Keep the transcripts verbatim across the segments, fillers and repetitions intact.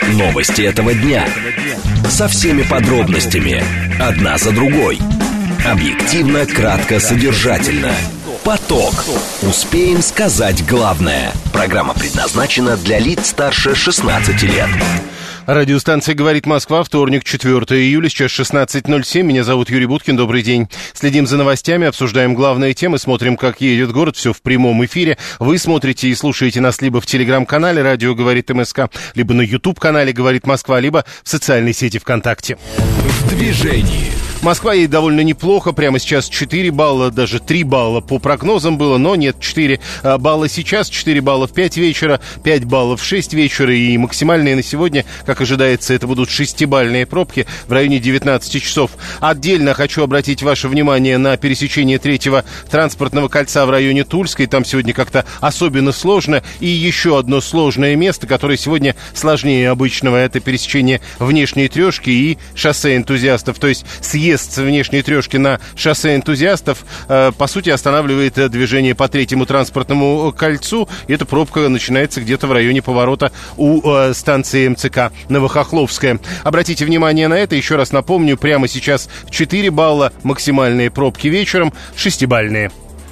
Новости этого дня. Со всеми подробностями. Одна за другой. Объективно, кратко, содержательно. Поток. Успеем сказать главное. Программа предназначена для лиц старше шестнадцати лет. Радиостанция «Говорит Москва», вторник, четвёртого июля, сейчас шестнадцать ноль семь. Меня зовут Юрий Буткин, добрый день. Следим за новостями, обсуждаем главные темы, смотрим, как едет город, все в прямом эфире. Вы смотрите и слушаете нас либо в телеграм-канале «Радио говорит МСК», либо на ютуб-канале «Говорит Москва», либо в социальной сети ВКонтакте. В движении. Москва едет довольно неплохо, прямо сейчас четыре балла, даже три балла по прогнозам было, но нет, четыре балла сейчас, четыре балла в пять вечера, пять баллов в шесть вечера, и максимальные на сегодня, как ожидается, это будут шестибалльные пробки в районе девятнадцати часов. Отдельно хочу обратить ваше внимание на пересечение третьего транспортного кольца в районе Тульской, там сегодня как-то особенно сложно, и еще одно сложное место, которое сегодня сложнее обычного, это пересечение внешней трешки и шоссе энтузиастов, то есть съезд с внешней трешки на шоссе энтузиастов, э, по сути, останавливает движение по третьему транспортному кольцу. И эта пробка начинается где-то в районе поворота у э, станции МЦК Новохохловская. Обратите внимание на это. Еще раз напомню, прямо сейчас четыре балла, максимальные пробки вечером, шестибалльные.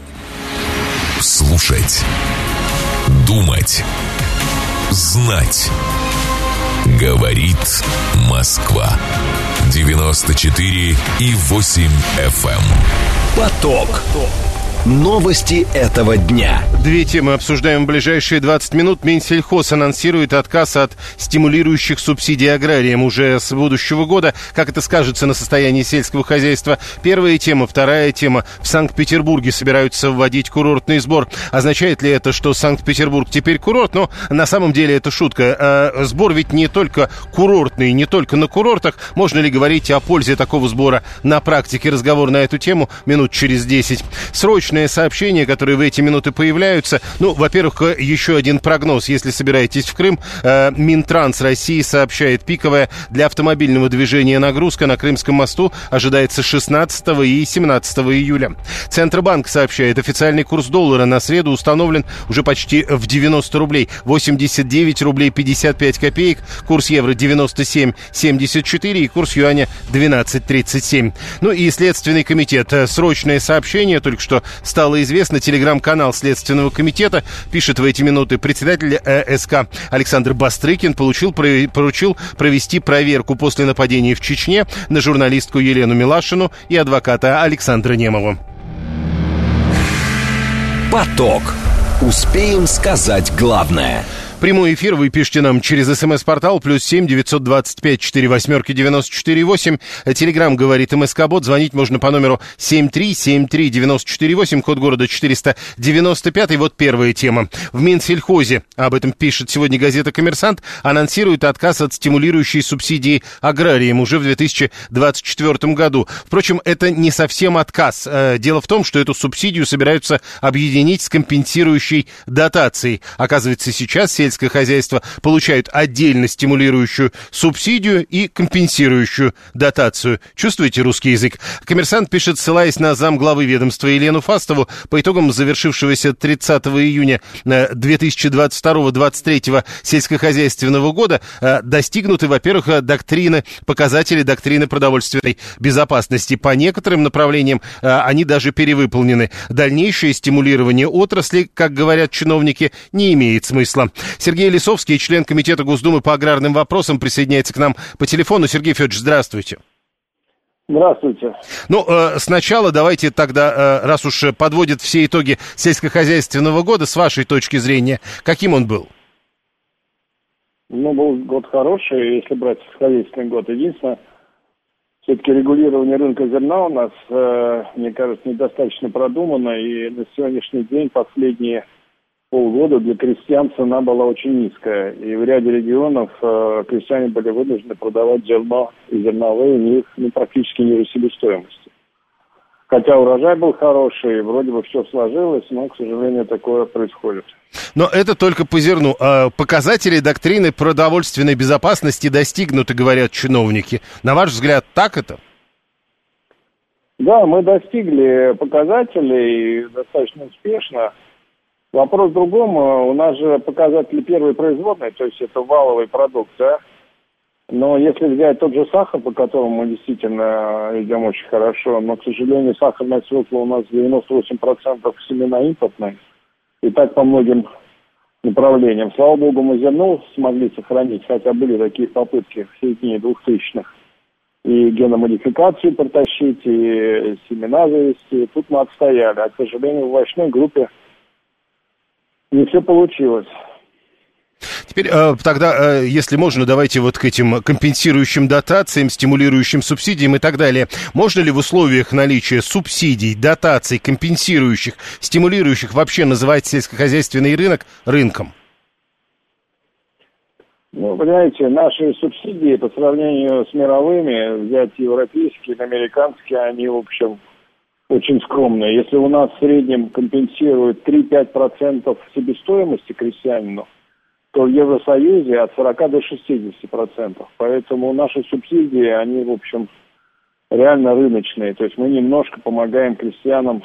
Слушать. Думать. Знать. Говорит Москва. девяносто четыре и восемь эф эм. Поток. Новости этого дня. Две темы обсуждаем в ближайшие двадцать минут. Минсельхоз анонсирует отказ от стимулирующих субсидий аграриям уже с будущего года. Как это скажется на состоянии сельского хозяйства? Первая тема. Вторая тема. В Санкт-Петербурге собираются вводить курортный сбор. Означает ли это, что Санкт-Петербург теперь курорт? Но на самом деле это шутка. Сбор ведь не только курортный, не только на курортах. Можно ли говорить о пользе такого сбора на практике? Разговор на эту тему минут через десять. Срочно сообщения, которые в эти минуты появляются. Ну, во-первых, еще один прогноз. Если собираетесь в Крым, э, Минтранс России сообщает, пиковая для автомобильного движения нагрузка на Крымском мосту ожидается шестнадцатого и семнадцатого июля. Центробанк сообщает, официальный курс доллара на среду установлен уже почти в девяносто рублей. восемьдесят девять рублей пятьдесят пять копеек. Курс евро девяносто семь семьдесят четыре и курс юаня двенадцать тридцать семь. Ну и Следственный комитет. Срочное сообщение, только что стало известно, телеграм-канал Следственного комитета пишет в эти минуты, председатель э, СК Александр Бастрыкин получил, поручил провести проверку после нападения в Чечне на журналистку Елену Милашину и адвоката Александра Немова. Поток. Успеем сказать главное. Прямой эфир вы пишите нам через смс-портал плюс семь девятьсот двадцать пять четыре восьмерки девяносто четыре восемь. Телеграм говорит МСК-бот. Звонить можно по номеру семь три семь три девяносто четыре восемь, код города четыреста девяносто пять. И вот первая тема. В Минсельхозе, об этом пишет сегодня газета «Коммерсант», анонсирует отказ от стимулирующей субсидии аграриям уже в две тысячи двадцать четвёртом году. Впрочем, это не совсем отказ. Дело в том, что эту субсидию собираются объединить с компенсирующей дотацией. Оказывается, сейчас все сельское хозяйство получают отдельно стимулирующую субсидию и компенсирующую дотацию. Чувствуете русский язык? «Коммерсант» пишет, ссылаясь на замглавы ведомства Елену Фастову, по итогам завершившегося тридцатого июня две тысячи двадцать второго — двадцать третьего сельскохозяйственного года достигнуты, во-первых, доктрины, показатели доктрины продовольственной безопасности. По некоторым направлениям они даже перевыполнены. Дальнейшее стимулирование отрасли, как говорят чиновники, не имеет смысла. Сергей Лисовский, член комитета Госдумы по аграрным вопросам, присоединяется к нам по телефону. Сергей Федорович, здравствуйте. Здравствуйте. Ну, э, сначала давайте тогда, э, раз уж подводят все итоги сельскохозяйственного года, с вашей точки зрения, каким он был? Ну, был год хороший, если брать сельскохозяйственный год. Единственное, все-таки регулирование рынка зерна у нас, э, мне кажется, недостаточно продумано, и на сегодняшний день последние полгода для крестьян цена была очень низкая. И в ряде регионов э, крестьяне были вынуждены продавать зерно и зерновые у них ну, практически ниже себестоимости. Хотя урожай был хороший, вроде бы все сложилось, но, к сожалению, такое происходит. Но это только по зерну. Показатели доктрины продовольственной безопасности достигнуты, говорят чиновники. На ваш взгляд, так это? Да, мы достигли показателей достаточно успешно. Вопрос в другом. У нас же показатели первой производной, то есть это валовый продукт, да? Но если взять тот же сахар, по которому мы действительно идем очень хорошо, но, к сожалению, сахарная свекла у нас девяносто восемь процентов семена импортные, и так по многим направлениям. Слава богу, мы зерно смогли сохранить, хотя были такие попытки в середине двухтысячных. И геномодификацию протащить, и семена завести. Тут мы отстояли. А, к сожалению, в овощной группе не все получилось. Теперь тогда, если можно, давайте вот к этим компенсирующим дотациям, стимулирующим субсидиям и так далее. Можно ли в условиях наличия субсидий, дотаций, компенсирующих, стимулирующих вообще называть сельскохозяйственный рынок рынком? Ну, понимаете, наши субсидии по сравнению с мировыми, взять европейские, американские, они, в общем, очень скромные. Если у нас в среднем компенсируют три-пять процентов себестоимости крестьянину, то в Евросоюзе от сорока до шестидесяти процентов. Поэтому наши субсидии, они, в общем, реально рыночные. То есть мы немножко помогаем крестьянам,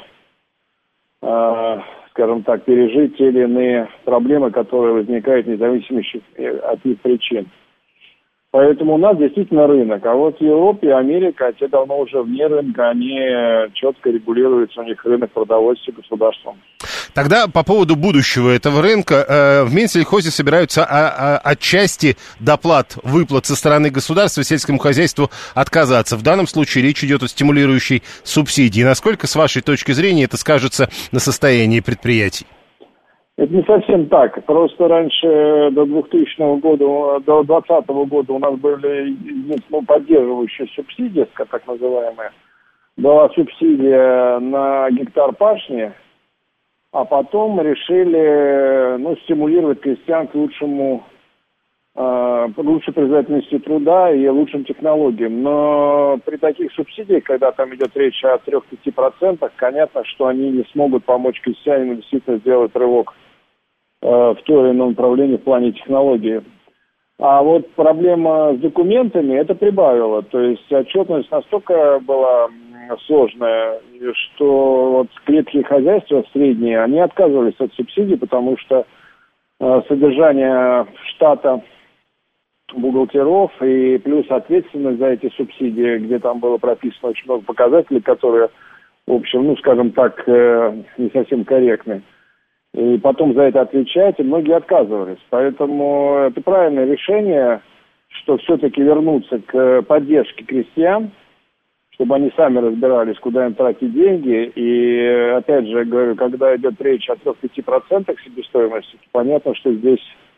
э, скажем так, пережить те или иные проблемы, которые возникают независимо от их причин. Поэтому у нас действительно рынок. А вот в Европе и Америка, те давно уже вне рынка, они четко регулируются, у них рынок продовольствия государством. Тогда по поводу будущего этого рынка, э, в Минсельхозе собираются а, а, от части доплат, выплат со стороны государства сельскому хозяйству отказаться. В данном случае речь идет о стимулирующей субсидии. Насколько, с вашей точки зрения, это скажется на состоянии предприятий? Это не совсем так. Просто раньше, до двухтысячного года, до двадцатого года у нас были ну, поддерживающие субсидии, так называемые. Была субсидия на гектар пашни, а потом решили ну, стимулировать крестьян к лучшему, э, лучшей производительности труда и лучшим технологиям. Но при таких субсидиях, когда там идет речь о трёх-пяти процентах, понятно, что они не смогут помочь крестьянину действительно сделать рывок э, в то или иное направление в плане технологии. А вот проблема с документами это прибавило. То есть отчетность настолько была сложная, что вот крепкие хозяйства средние, они отказывались от субсидий, потому что э, содержание штата бухгалтеров и плюс ответственность за эти субсидии, где там было прописано очень много показателей, которые, в общем, ну, скажем так, э, не совсем корректны. И потом за это отвечать, и многие отказывались. Поэтому это правильное решение, что все-таки вернуться к поддержке крестьян, чтобы они сами разбирались, куда им тратить деньги. И, опять же, говорю, когда идет речь о трёх-пяти процентах себестоимости, то понятно, что здесь,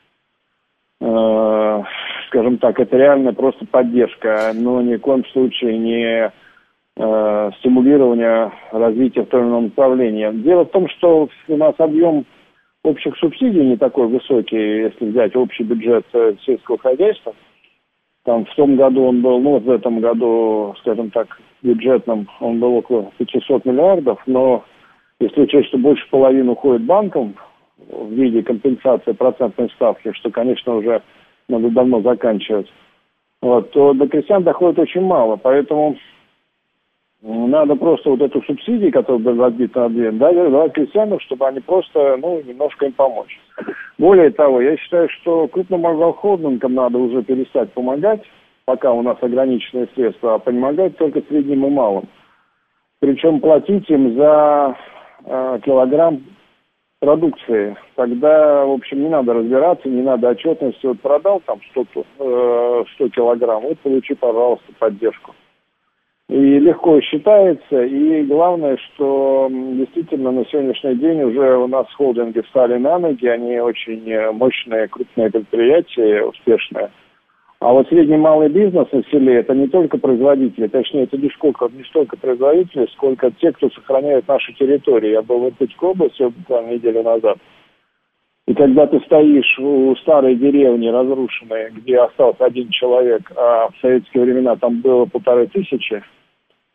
э, скажем так, это реально просто поддержка, но ни в коем случае не э, стимулирование развития в том или ином направлении. Дело в том, что у нас объем общих субсидий не такой высокий, если взять общий бюджет сельского хозяйства. Там в том году он был, ну вот в этом году, скажем так, бюджетном, он был около пятьсот миллиардов, но если учесть, что больше половины уходит банкам в виде компенсации процентной ставки, что, конечно, уже надо давно заканчивать, вот, то до крестьян доходит очень мало. Поэтому надо просто вот эту субсидию, которая была разбита на две, давать крестьянам, чтобы они просто, ну, немножко им помочь. Более того, я считаю, что крупным агрохолдингам надо уже перестать помогать, пока у нас ограниченные средства, а помогать только средним и малым. Причем платить им за э, килограмм продукции. Тогда, в общем, не надо разбираться, не надо отчетности. Вот продал там сто, э, сто килограмм, вот получи, пожалуйста, поддержку. И легко считается, и главное, что действительно на сегодняшний день уже у нас холдинги встали на ноги, они очень мощные, крупные предприятия, успешные. А вот средний малый бизнес на селе, это не только производители, точнее, это не сколько, не столько производители, сколько те, кто сохраняет наши территории. Я был в Иркутской области буквально неделю назад. И когда ты стоишь у старой деревни разрушенной, где остался один человек, а в советские времена там было полторы тысячи,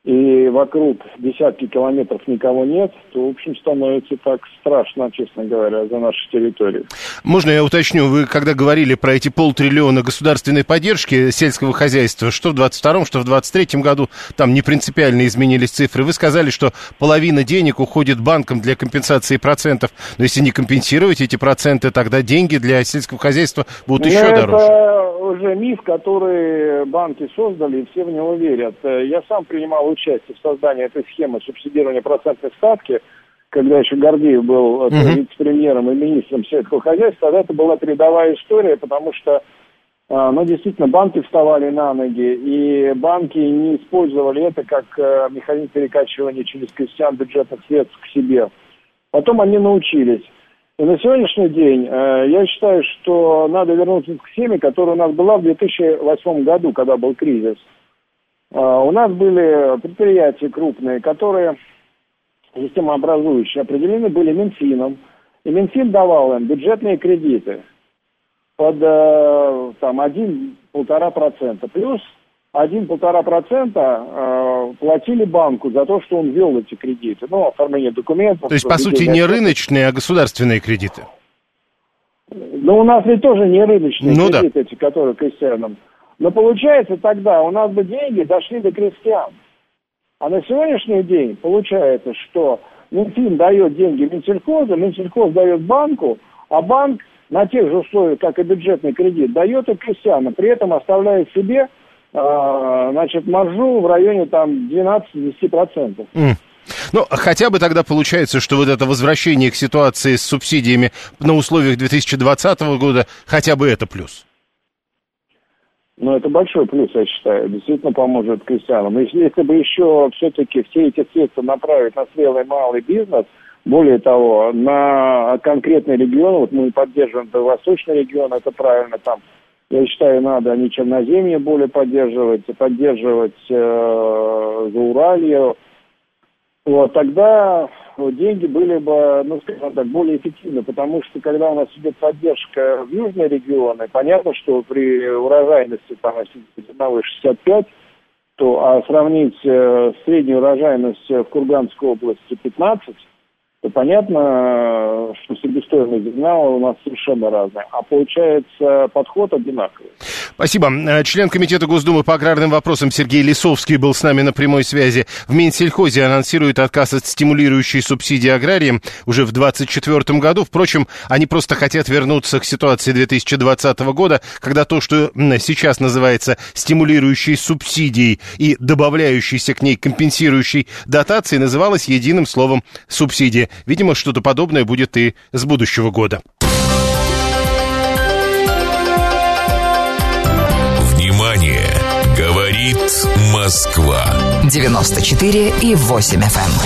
и вокруг десятки километров никого нет, то, в общем, становится так страшно, честно говоря, за нашу территорию. Можно я уточню, вы когда говорили про эти полтриллиона государственной поддержки сельского хозяйства, что в двадцать втором, что в двадцать третьем году, там не принципиально изменились цифры, вы сказали, что половина денег уходит банкам для компенсации процентов, но если не компенсировать эти проценты, тогда деньги для сельского хозяйства будут еще это дороже. Это уже миф, который банки создали, и все в него верят. Я сам принимал участие в создании этой схемы субсидирования процентной ставки, когда еще Гордеев был uh-huh. вице-премьером и министром сельского хозяйства. Тогда это была передовая история, потому что, ну, действительно, банки вставали на ноги, и банки не использовали это как механизм перекачивания через крестьян бюджетных средств к себе. Потом они научились. И на сегодняшний день э, я считаю, что надо вернуться к схеме, которая у нас была в две тысячи восьмом году, когда был кризис. Э, у нас были предприятия крупные, которые системообразующие, определены были Минфином. И Минфин давал им бюджетные кредиты под э, там один-полтора процента. Плюс один-полтора процента э, платили банку за то, что он ввел эти кредиты. Ну, оформление документов. То есть, по сути, не рыночные, а государственные кредиты? Ну, у нас ведь тоже не рыночные ну, кредиты, да. эти, которые крестьянам. Но получается тогда, у нас бы деньги дошли до крестьян. А на сегодняшний день получается, что Минфин дает деньги Минсельхозу, Минсельхоз дает банку, а банк на тех же условиях, как и бюджетный кредит, дает и крестьянам, при этом оставляет себе значит, маржу в районе там двенадцать-десять процентов. Mm. Ну, хотя бы тогда получается, что вот это возвращение к ситуации с субсидиями на условиях две тысячи двадцатого года, хотя бы это плюс. Ну, это большой плюс, я считаю, действительно поможет крестьянам. Если, если бы еще все-таки все эти средства направить на зрелый малый бизнес, более того, на конкретные регионы, вот мы поддерживаем восточный регион, это правильно, там, я считаю, надо не черноземье более поддерживать, поддерживать э, Зауралье. Вот, тогда вот, деньги были бы, ну, скажем так, более эффективны, потому что, когда у нас идет поддержка в южные регионы, понятно, что при урожайности, там, если шестьдесят пять, то, а сравнить э, среднюю урожайность в Курганской области пятнадцать, то понятно, что себестоимость зерна у нас совершенно разная. А получается, подход одинаковый. Спасибо. Член Комитета Госдумы по аграрным вопросам Сергей Лисовский был с нами на прямой связи. В Минсельхозе анонсируют отказ от стимулирующей субсидии аграриям уже в двадцать четвёртом году. Впрочем, они просто хотят вернуться к ситуации две тысячи двадцатого года, когда то, что сейчас называется стимулирующей субсидией и добавляющейся к ней компенсирующей дотацией, называлось единым словом субсидия. Видимо, что-то подобное будет и с будущего года. Внимание! Говорит Москва. девяносто четыре и восемь эф эм.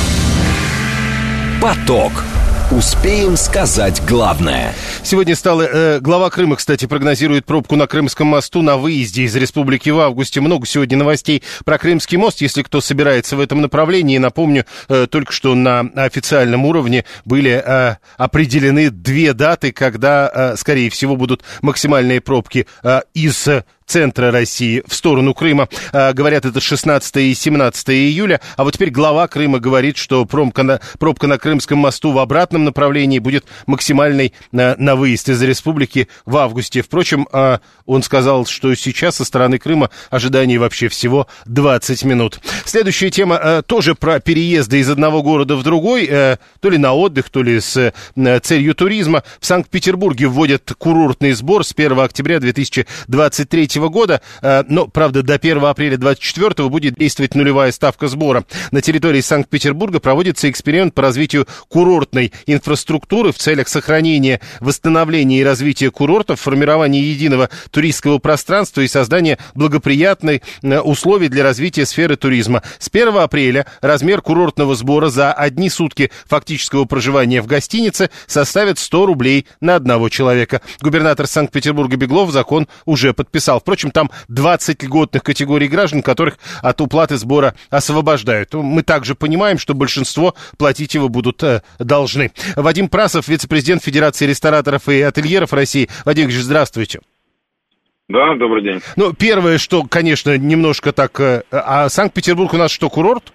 Поток. Успеем сказать главное. Сегодня стало... Э, глава Крыма, кстати, прогнозирует пробку на Крымском мосту на выезде из республики в августе. Много сегодня новостей про Крымский мост. Если кто собирается в этом направлении, напомню, э, только что на официальном уровне были э, определены две даты, когда, э, скорее всего, будут максимальные пробки э, из... центра России в сторону Крыма. А, говорят, это шестнадцатое и семнадцатое июля. А вот теперь глава Крыма говорит, что пробка на, пробка на Крымском мосту в обратном направлении будет максимальной на, на выезд из республики в августе. Впрочем, а, он сказал, что сейчас со стороны Крыма ожиданий вообще всего двадцать минут. Следующая тема а, тоже про переезды из одного города в другой, а, то ли на отдых, то ли с а, целью туризма. В Санкт-Петербурге вводят курортный сбор с первого октября две тысячи двадцать третьего года, но, правда, до первого апреля двадцать четвёртого будет действовать нулевая ставка сбора. На территории Санкт-Петербурга проводится эксперимент по развитию курортной инфраструктуры в целях сохранения, восстановления и развития курортов, формирования единого туристского пространства и создания благоприятных условий для развития сферы туризма. С первого апреля размер курортного сбора за одни сутки фактического проживания в гостинице составит сто рублей на одного человека. Губернатор Санкт-Петербурга Беглов закон уже подписал. Впрочем, там двадцать льготных категорий граждан, которых от уплаты сбора освобождают. Мы также понимаем, что большинство платить его будут э, должны. Вадим Прасов, вице-президент Федерации рестораторов и ательеров России. Вадим Ильич, здравствуйте. Да, добрый день. Ну, первое, что, конечно, немножко так... А Санкт-Петербург у нас что, курорт?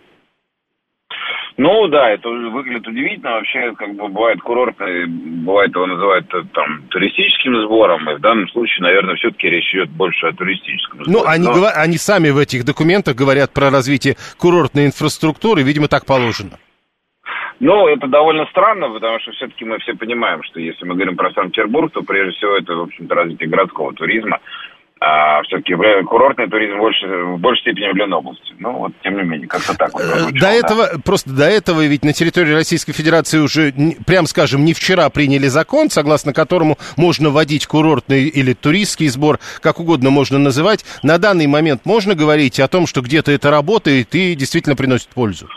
Ну, да, это выглядит удивительно. Вообще, как бы, бывает курортный, бывает его называют там туристическим сбором, и в данном случае, наверное, все-таки речь идет больше о туристическом сборе. Ну, они, Но... говор... они сами в этих документах говорят про развитие курортной инфраструктуры, видимо, так положено. Ну, это довольно странно, потому что все-таки мы все понимаем, что если мы говорим про Санкт-Петербург, то прежде всего это, в общем-то, развитие городского туризма. А все-таки курортный туризм больше, в большей степени в Ленобласти. Ну, вот, тем не менее, как-то так. Вот до да. этого, просто до этого ведь на территории Российской Федерации уже, прям скажем, не вчера приняли закон, согласно которому можно вводить курортный или туристский сбор, как угодно можно называть. На данный момент можно говорить о том, что где-то это работает и действительно приносит пользу?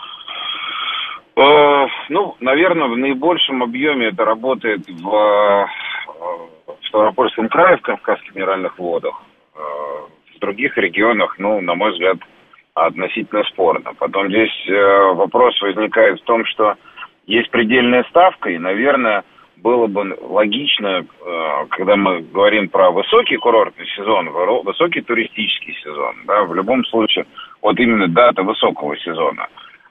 Э, ну, наверное, в наибольшем объеме это работает в, в Ставропольском крае, в Кавказских минеральных водах. В других регионах, ну, на мой взгляд, относительно спорно. Потом здесь э, вопрос возникает в том, что есть предельная ставка, и, наверное, было бы логично, э, когда мы говорим про высокий курортный сезон, высокий туристический сезон, да, в любом случае, вот именно дата высокого сезона,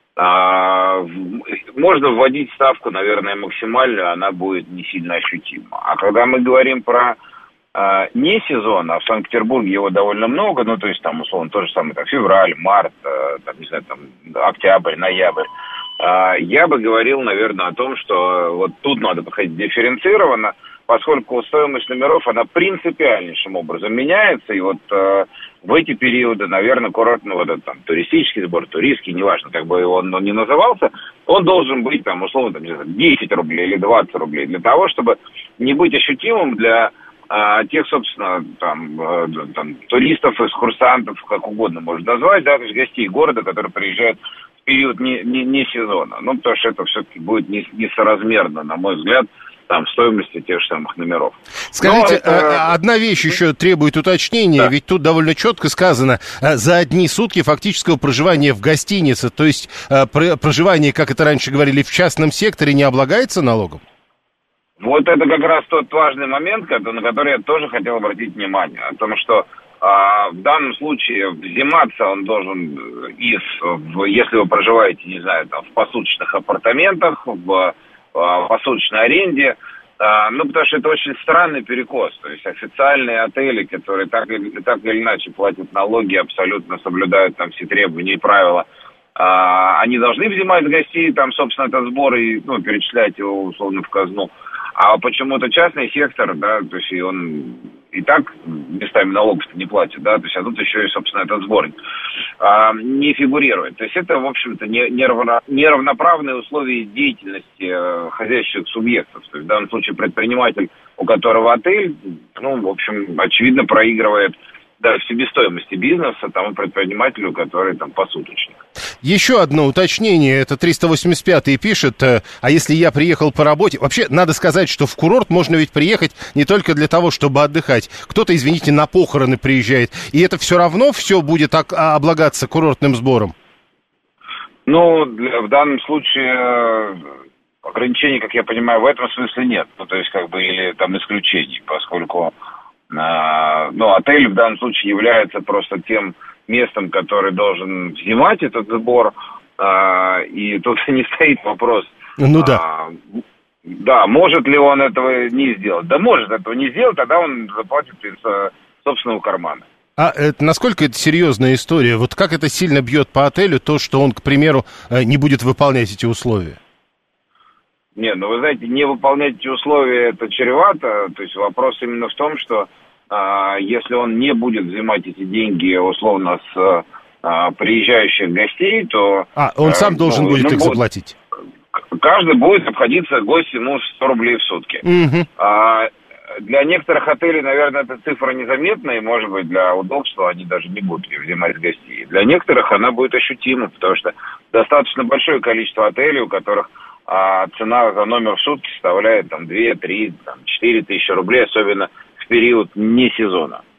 э, можно вводить ставку, наверное, максимальную, она будет не сильно ощутима. А когда мы говорим про Uh, не сезон, а в Санкт-Петербурге его довольно много, ну, то есть там, условно, то же самое, там, февраль, март, uh, там, не знаю, там, октябрь, ноябрь. Uh, я бы говорил, наверное, о том, что вот тут надо подходить дифференцированно, поскольку стоимость номеров, она принципиальнейшим образом меняется, и вот uh, в эти периоды, наверное, курортный, вот этот, там, туристический сбор, туристский, неважно, как бы он, он ни назывался, он должен быть, там, условно, там, не знаю, десять рублей или двадцать рублей, для того, чтобы не быть ощутимым для А тех, собственно, там, там, туристов, экскурсантов, как угодно можно назвать, да, то есть гостей города, которые приезжают в период не, не, не сезона. Ну, потому что это все-таки будет несоразмерно, на мой взгляд, там, стоимости тех же самых номеров. Скажите, это... одна вещь еще требует уточнения, да. Ведь тут довольно четко сказано, за одни сутки фактического проживания в гостинице, то есть проживание, как это раньше говорили, в частном секторе не облагается налогом? Вот это как раз тот важный момент, на который я тоже хотел обратить внимание. О том, что а, в данном случае взиматься он должен из, в, если вы проживаете, не знаю, там, в посуточных апартаментах, в а, посуточной аренде, а, ну, потому что это очень странный перекос. То есть официальные отели, которые так или, так или иначе платят налоги, абсолютно соблюдают там все требования и правила, а, они должны взимать с гостей, там, собственно, этот сбор и, ну, перечислять его, условно, в казну. А почему-то частный сектор, да, то есть и он и так местами налогов-то не платит, да, то есть, а тут еще и, собственно, этот сборник а, не фигурирует. То есть это, в общем-то, не, неравно, неравноправные условия деятельности э, хозяйственных субъектов. То есть в данном случае предприниматель, у которого отель, ну, в общем, очевидно, проигрывает даже в себестоимости бизнеса тому предпринимателю, который там посуточник. Еще одно уточнение, это триста восемьдесят пятый пишет, а если я приехал по работе, вообще надо сказать, что в курорт можно ведь приехать не только для того, чтобы отдыхать, кто-то, извините, на похороны приезжает, и это все равно все будет облагаться курортным сбором? Ну, в данном случае ограничений, как я понимаю, в этом смысле нет, ну, то есть, как бы, или там исключений, поскольку ну, отель в данном случае является просто тем местом, который должен взимать этот сбор, а, и тут не стоит вопрос. Ну да. А, да, может ли он этого не сделать? Да может этого не сделать, тогда он заплатит из собственного кармана. А это, насколько это серьезная история? Вот как это сильно бьет по отелю, то, что он, к примеру, не будет выполнять эти условия? Нет, ну вы знаете, не выполнять эти условия, это чревато. То есть вопрос именно в том, что а, если он не будет взимать эти деньги условно с а, приезжающих гостей, то... А, он сам а, должен ну, будет ну, их заплатить? Каждый будет обходиться гость ему сто рублей в сутки. Угу. А, для некоторых отелей, наверное, эта цифра незаметна, и, может быть, для удобства они даже не будут ее взимать с гостей. Для некоторых она будет ощутима, потому что достаточно большое количество отелей, у которых а цена за номер в сутки составляет там две, три, четыре тысячи рублей, особенно в период не сезона.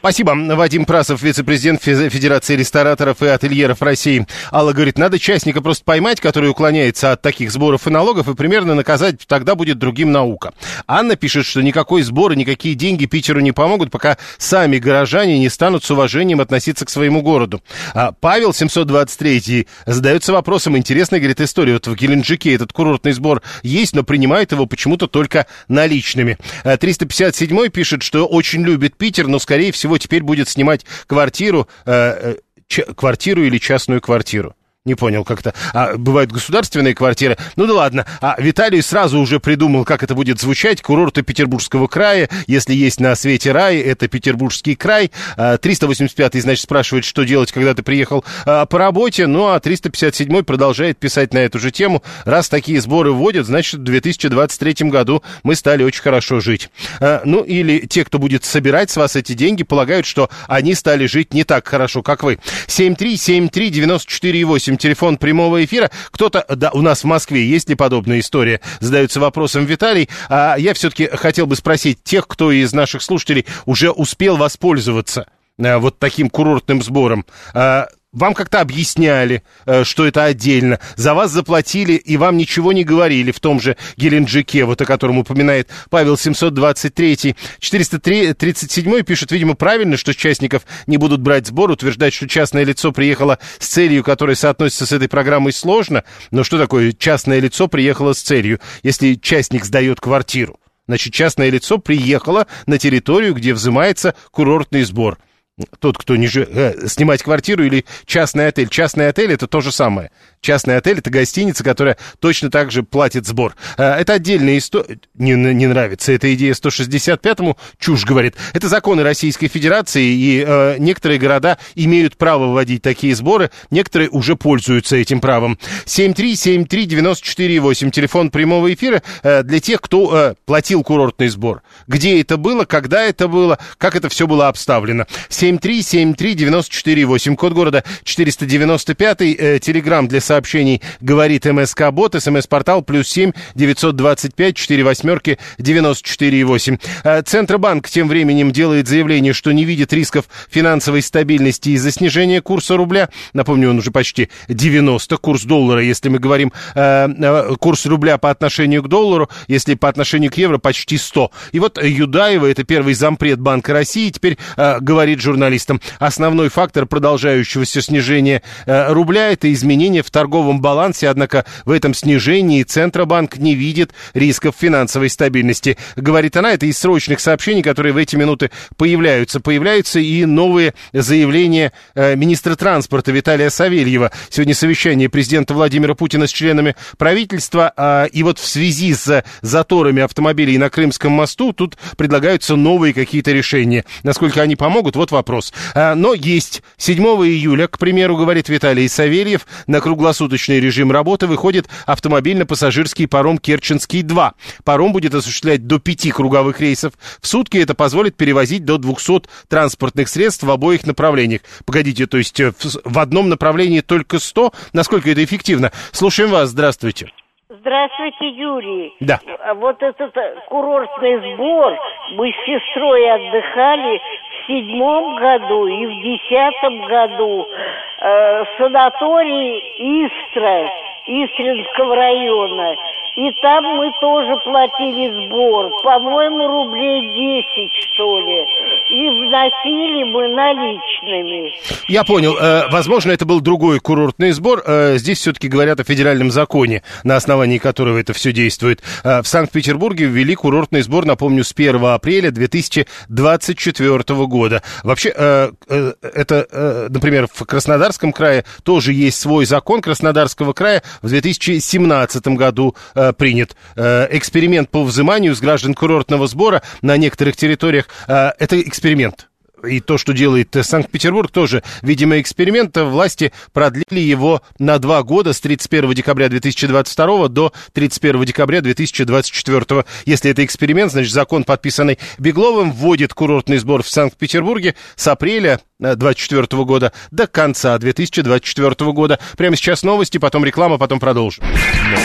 Спасибо. Вадим Прасов, вице-президент Федерации рестораторов и ательеров России. Алла говорит, надо частника просто поймать, который уклоняется от таких сборов и налогов, и примерно наказать, тогда будет другим наука. Анна пишет, что никакой сбор и никакие деньги Питеру не помогут, пока сами горожане не станут с уважением относиться к своему городу. А Павел семьсот двадцать три задается вопросом, интересная, говорит, история. Вот в Геленджике этот курортный сбор есть, но принимают его почему-то только наличными. триста пятьдесят седьмой пишет, что очень любит Питер, но, скорее всего, теперь будет снимать квартиру, э, ч- квартиру или частную квартиру. Не понял, как-то. А, бывают государственные квартиры. Ну да ладно. А Виталий сразу уже придумал, как это будет звучать. Курорты Петербургского края. Если есть на свете рай, это Петербургский край. А, триста восемьдесят пятый, значит, спрашивает, что делать, когда ты приехал а, по работе. Ну а триста пятьдесят седьмой продолжает писать на эту же тему. Раз такие сборы вводят, значит, в две тысячи двадцать третьем году мы стали очень хорошо жить. А, ну или те, кто будет собирать с вас эти деньги, полагают, что они стали жить не так хорошо, как вы. семь три семь три девять четыре восемь. Телефон прямого эфира. Кто-то, да, у нас в Москве есть ли подобная история? Задается вопросом Виталий. А я все-таки хотел бы спросить тех, кто из наших слушателей уже успел воспользоваться а, вот таким курортным сбором. А, вам как-то объясняли, что это отдельно, за вас заплатили и вам ничего не говорили в том же Геленджике, вот о котором упоминает Павел семьсот двадцать три. четыреста тридцать седьмой пишет, видимо, правильно, что с частников не будут брать сбор, утверждать, что частное лицо приехало с целью, которая соотносится с этой программой, сложно. Но что такое частное лицо приехало с целью, если частник сдает квартиру? Значит, частное лицо приехало на территорию, где взимается курортный сбор. Тот, кто не жив... э, снимать квартиру или частный отель. Частный отель — это то же самое. Частный отель — это гостиница, которая точно так же платит сбор. Э, это отдельная история. Не, не нравится эта идея сто шестьдесят пятому. Чушь, говорит. Это законы Российской Федерации, и э, некоторые города имеют право вводить такие сборы. Некоторые уже пользуются этим правом. семь три семь три девять четыре восемь. Телефон прямого эфира э, для тех, кто э, платил курортный сбор. Где это было, когда это было, как это все было обставлено. семь три семь три девять четыре восемь, код города четыреста девяносто пять, э, телеграмм для сообщений говорит МСК-бот, смс-портал плюс семь девятьсот двадцать пять четыре восьмерки девяносто четыре восемь. Э, Центробанк тем временем делает заявление, что не видит рисков финансовой стабильности из-за снижения курса рубля. Напомню, он уже почти девяносто, курс доллара, если мы говорим, э, э, курс рубля по отношению к доллару, если по отношению к евро, почти сто. И вот Юдаева, это первый зампред Банка России, теперь э, говорит журналистам, журналистам. Основной фактор продолжающегося снижения э, рубля — это изменения в торговом балансе, однако в этом снижении Центробанк не видит рисков финансовой стабильности. Говорит она, это из срочных сообщений, которые в эти минуты появляются. Появляются и новые заявления э, министра транспорта Виталия Савельева. Сегодня совещание президента Владимира Путина с членами правительства, э, и вот в связи с заторами автомобилей на Крымском мосту тут предлагаются новые какие-то решения. Насколько они помогут, вот вопрос. Но есть. седьмого июля, к примеру, говорит Виталий Савельев, на круглосуточный режим работы выходит автомобильно-пассажирский паром «Керченский-два». Паром будет осуществлять до пяти круговых рейсов в сутки. Это позволит перевозить до двухсот транспортных средств в обоих направлениях. Погодите, то есть в одном направлении только сто? Насколько это эффективно? Слушаем вас. Здравствуйте. Здравствуйте, Юрий. Да. Вот этот курортный сбор, мы с сестрой отдыхали в седьмом году и в десятом году. Э, санаторий Истра, Истринского района. И там мы тоже платили сбор, по-моему, рублей десять, что ли. И вносили мы наличными. Я понял. Э, возможно, это был другой курортный сбор. Э, здесь все-таки говорят о федеральном законе, на основании которого это все действует. Э, в Санкт-Петербурге ввели курортный сбор, напомню, с первого апреля две тысячи двадцать четвёртого года. Вообще, э, э, это, э, например, в Краснодарском крае тоже есть свой закон Краснодарского края. В две тысячи семнадцатом году э, принят э, эксперимент по взиманию с граждан курортного сбора на некоторых территориях. Э, это эксперимент. И то, что делает Санкт-Петербург, тоже, видимо, эксперимент. Власти продлили его на два года, с тридцать первого декабря две тысячи двадцать второго до тридцать первого декабря две тысячи двадцать четвёртого. Если это эксперимент, значит, закон, подписанный Бегловым, вводит курортный сбор в Санкт-Петербурге с апреля две тысячи двадцать четвёртого года до конца две тысячи двадцать четвёртого года. Прямо сейчас новости, потом реклама, потом продолжим.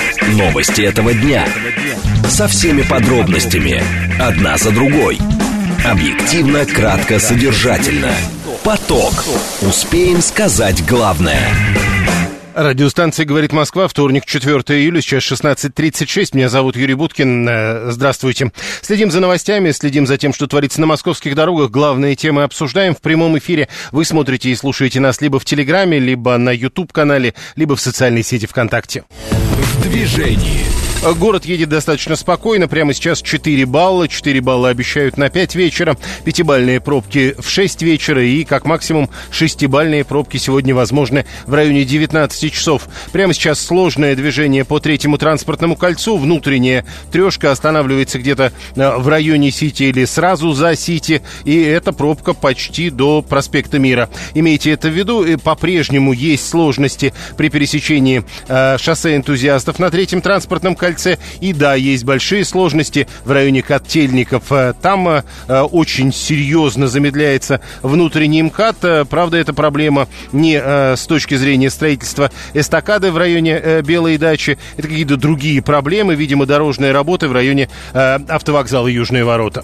Новости этого дня. Со всеми подробностями. Одна за другой. Объективно, кратко, содержательно. Поток. Успеем сказать главное. Радиостанция «Говорит Москва», вторник, четвёртого июля, сейчас шестнадцать тридцать шесть. Меня зовут Юрий Буткин. Здравствуйте. Следим за новостями, следим за тем, что творится на московских дорогах. Главные темы обсуждаем в прямом эфире. Вы смотрите и слушаете нас либо в Телеграме, либо на YouTube-канале, либо в социальной сети ВКонтакте. В движении. Город едет достаточно спокойно. Прямо сейчас четыре балла. четыре балла обещают на пять вечера. Пятибалльные пробки в шесть вечера. И, как максимум, шестибалльные пробки сегодня возможны в районе девятнадцати часов. Прямо сейчас сложное движение по третьему транспортному кольцу. Внутренняя трешка останавливается где-то в районе Сити или сразу за Сити. И эта пробка почти до проспекта Мира. Имейте это в виду. И по-прежнему есть сложности при пересечении э, шоссе Энтузиастов на третьем транспортном кольце. И да, есть большие сложности в районе Котельников. Там э, очень серьезно замедляется внутренний МКАД. Правда, эта проблема не э, с точки зрения строительства эстакады в районе э, Белой дачи. Это какие-то другие проблемы. Видимо, дорожные работы в районе э, автовокзала Южные ворота.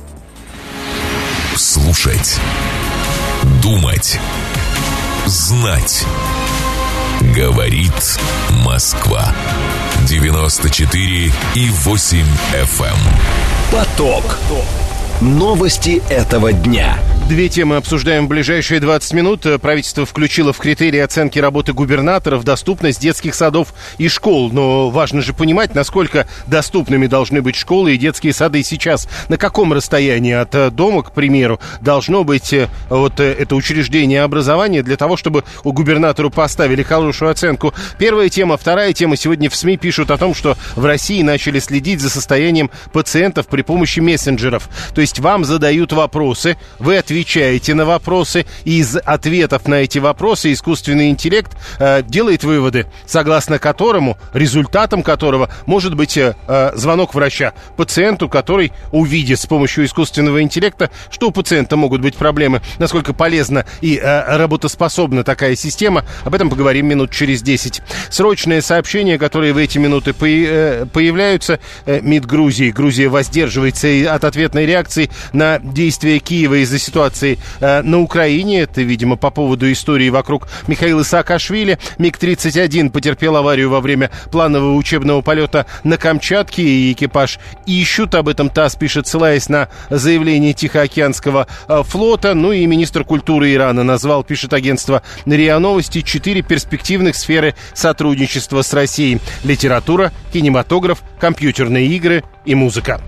Слушать. Думать. Знать. Говорит Москва. девяносто четыре и восемь эф эм. Поток. Новости этого дня. Две темы обсуждаем в ближайшие двадцать минут. Правительство включило в критерии оценки работы губернаторов доступность детских садов и школ. Но важно же понимать, насколько доступными должны быть школы и детские сады сейчас. На каком расстоянии от дома, к примеру, должно быть вот это учреждение образования для того, чтобы у губернатору поставили хорошую оценку. Первая тема. Вторая тема. Сегодня в СМИ пишут о том, что в России начали следить за состоянием пациентов при помощи мессенджеров. То есть вам задают вопросы, вы отвечаете отвечаете на вопросы, и из ответов на эти вопросы искусственный интеллект э, делает выводы, согласно которому, результатом которого может быть э, звонок врача пациенту, который увидит с помощью искусственного интеллекта, что у пациента могут быть проблемы, насколько полезна и э, работоспособна такая система. Об этом поговорим минут через десять. Срочные сообщения, которые в эти минуты по, э, появляются. Э, МИД Грузии. Грузия воздерживается от ответной реакции на действия Киева из-за ситуации на Украине. Это, видимо, по поводу истории вокруг Михаила Саакашвили. миг тридцать один потерпел аварию во время планового учебного полета на Камчатке, и экипаж ищут. Об этом ТАСС пишет, ссылаясь на заявление Тихоокеанского флота. Ну и министр культуры Ирана назвал, пишет агентство РИА Новости, четыре перспективных сферы сотрудничества с Россией: литература, кинематограф, компьютерные игры и музыка.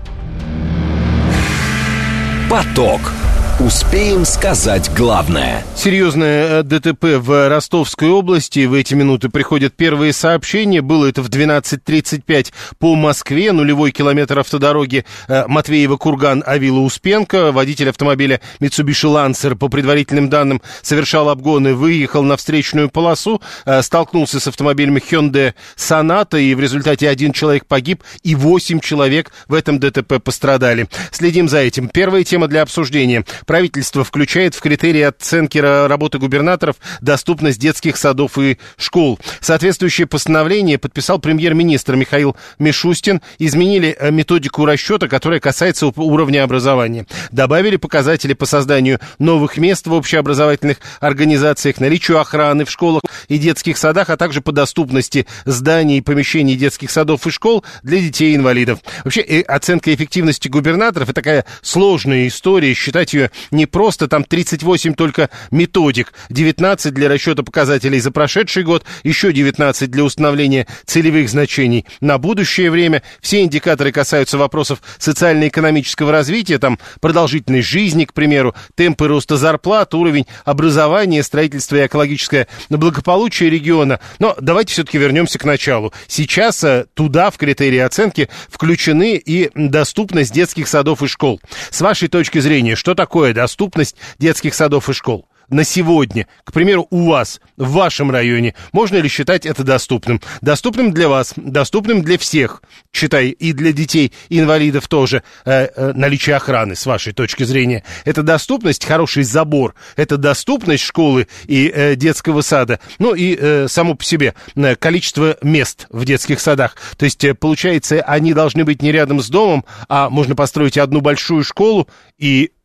Поток. Успеем сказать главное. Серьезное ДТП в Ростовской области. В эти минуты приходят первые сообщения. Было это в двенадцать тридцать пять по Москве. Нулевой километр автодороги Матвеево-Курган, Авила-Успенка. Водитель автомобиля Mitsubishi Lancer, по предварительным данным, совершал обгоны, выехал на встречную полосу, столкнулся с автомобилем Hyundai Sonata, и в результате один человек погиб и восемь человек в этом ДТП пострадали. Следим за этим. Первая тема для обсуждения. Правительство включает в критерии оценки работы губернаторов доступность детских садов и школ. Соответствующее постановление подписал премьер-министр Михаил Мишустин. Изменили методику расчета, которая касается уровня образования. Добавили показатели по созданию новых мест в общеобразовательных организациях, наличию охраны в школах и детских садах, а также по доступности зданий и помещений детских садов и школ для детей-инвалидов. Вообще, оценка эффективности губернаторов — это такая сложная история. Считать ее не просто, там тридцать восемь только методик, девятнадцать для расчета показателей за прошедший год, еще девятнадцать для установления целевых значений на будущее время. Все индикаторы касаются вопросов социально-экономического развития, там продолжительность жизни, к примеру, темпы роста зарплат, уровень образования, строительство и экологическое благополучие региона. Но давайте все-таки вернемся к началу. Сейчас туда, в критерии оценки, включены и доступность детских садов и школ. С вашей точки зрения, что такое доступность детских садов и школ? на сегодня, к примеру, у вас, в вашем районе, можно ли считать это доступным? Доступным для вас, доступным для всех, считай, и для детей, и инвалидов тоже, э, э, наличие охраны, с вашей точки зрения. Это доступность, хороший забор, это доступность школы и э, детского сада, ну и э, само по себе э, количество мест в детских садах. То есть, э, получается, они должны быть не рядом с домом, а можно построить одну большую школу и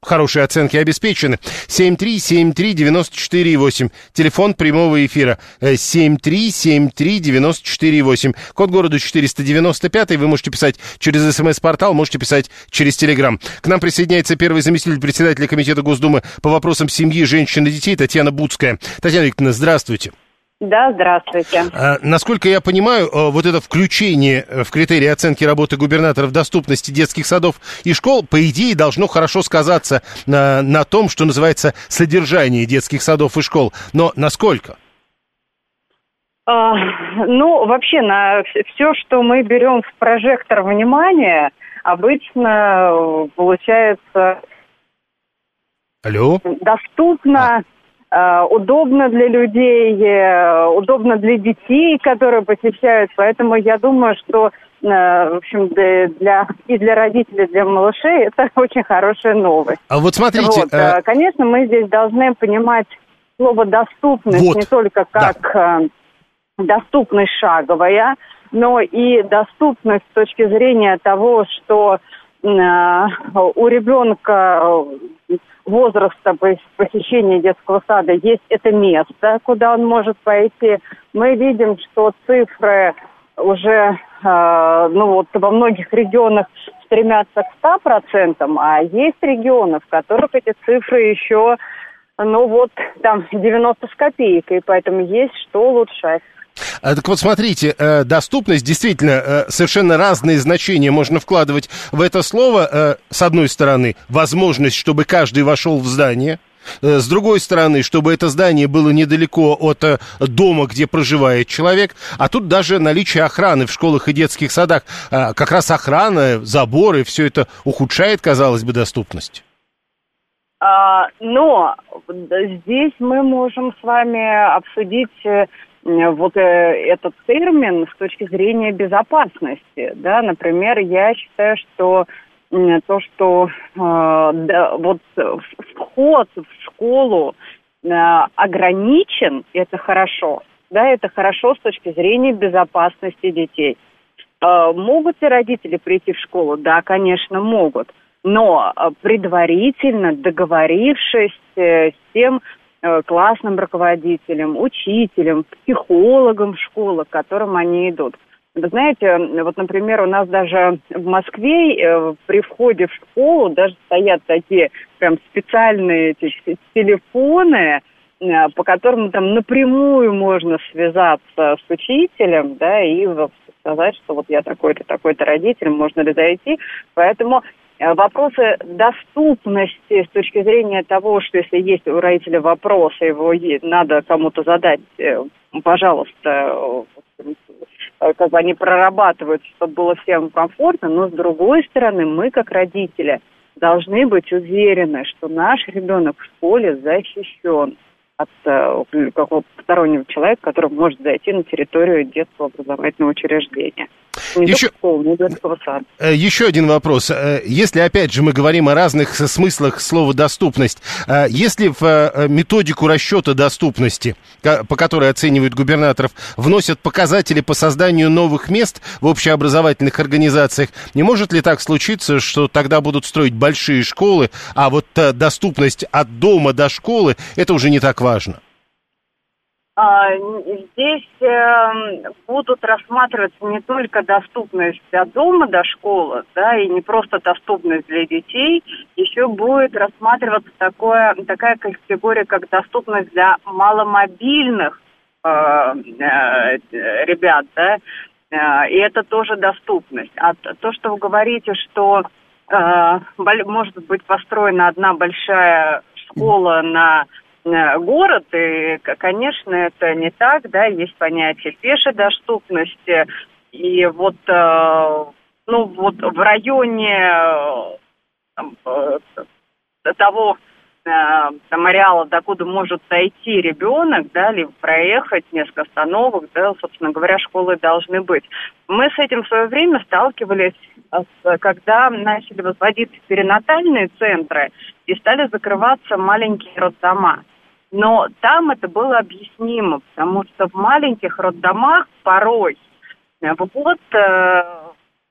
хорошие оценки обеспечены. семь три семь три девяносто четыре восемь. Телефон прямого эфира. семь три семь три девяносто четыре восемь. Код города четыреста девяносто пять. Вы можете писать через СМС-портал, можете писать через Телеграм. К нам присоединяется первый заместитель председателя Комитета Госдумы по вопросам семьи, женщин и детей Татьяна Буцкая. Татьяна Викторовна, здравствуйте. Да, здравствуйте. А, насколько я понимаю, вот это включение в критерии оценки работы губернаторов доступности детских садов и школ, по идее, должно хорошо сказаться на, на том, что называется содержание детских садов и школ. Но насколько? А, ну, вообще, на все, что мы берем в прожектор внимания, обычно получается Алло? доступно. А. Удобно для людей, удобно для детей, которые посещают. Поэтому я думаю, что, в общем, для, и для родителей, и для малышей это очень хорошая новость. А вот смотрите... Вот, а... Конечно, мы здесь должны понимать слово «доступность» вот. не только как да. доступность шаговая, но и доступность с точки зрения того, что у ребенка возраста посещения детского сада есть это место, куда он может пойти. Мы видим, что цифры уже ну, вот, во многих регионах стремятся к ста процентам, а есть регионы, в которых эти цифры еще ну вот там девяносто с копейкой, поэтому есть что улучшать. Так вот, смотрите, доступность, действительно, совершенно разные значения можно вкладывать в это слово. С одной стороны, возможность, чтобы каждый вошел в здание. С другой стороны, чтобы это здание было недалеко от дома, где проживает человек. А тут даже наличие охраны в школах и детских садах. Как раз охрана, заборы, все это ухудшает, казалось бы, доступность. Но здесь мы можем с вами обсудить... вот э, этот термин с точки зрения безопасности, да, например, я считаю, что э, то, что э, да, вот вход в школу э, ограничен, это хорошо, да, это хорошо с точки зрения безопасности детей. Э, могут ли родители прийти в школу? Да, конечно, могут, но э, предварительно договорившись э, с тем, классным руководителем, учителем, психологом школы, к которым они идут. Вы знаете, вот, например, у нас даже в Москве э, при входе в школу даже стоят такие прям специальные эти телефоны, э, по которым там напрямую можно связаться с учителем, да, и сказать, что вот я такой-то, такой-то родитель, можно ли зайти. Поэтому вопросы доступности с точки зрения того, что если есть у родителя вопрос, его надо кому-то задать, пожалуйста, как бы они прорабатывают, чтобы было всем комфортно, но с другой стороны, мы как родители должны быть уверены, что наш ребенок в школе защищен от какого-то постороннего человека, который может зайти на территорию детского образовательного учреждения. Не еще, только школы, но и детского сада. Еще один вопрос. Если, опять же, мы говорим о разных смыслах слова «доступность», если в методику расчета доступности, по которой оценивают губернаторов, вносят показатели по созданию новых мест в общеобразовательных организациях, не может ли так случиться, что тогда будут строить большие школы, а вот доступность от дома до школы – это уже не так важно? Здесь э, будут рассматриваться не только доступность от дома до школы, да, и не просто доступность для детей, еще будет рассматриваться такое, такая категория, как доступность для маломобильных э, э, ребят, да, э, и это тоже доступность. А то, что вы говорите, что э, может быть построена одна большая школа на город, и, конечно, это не так, да, есть понятие пешей доступности, и вот, э, ну, вот в районе э, того э, там, ареала, докуда может дойти ребенок, да, либо проехать несколько остановок, да, собственно говоря, школы должны быть. Мы с этим в свое время сталкивались, когда начали возводиться перинатальные центры и стали закрываться маленькие роддома. Но там это было объяснимо, потому что в маленьких роддомах порой вот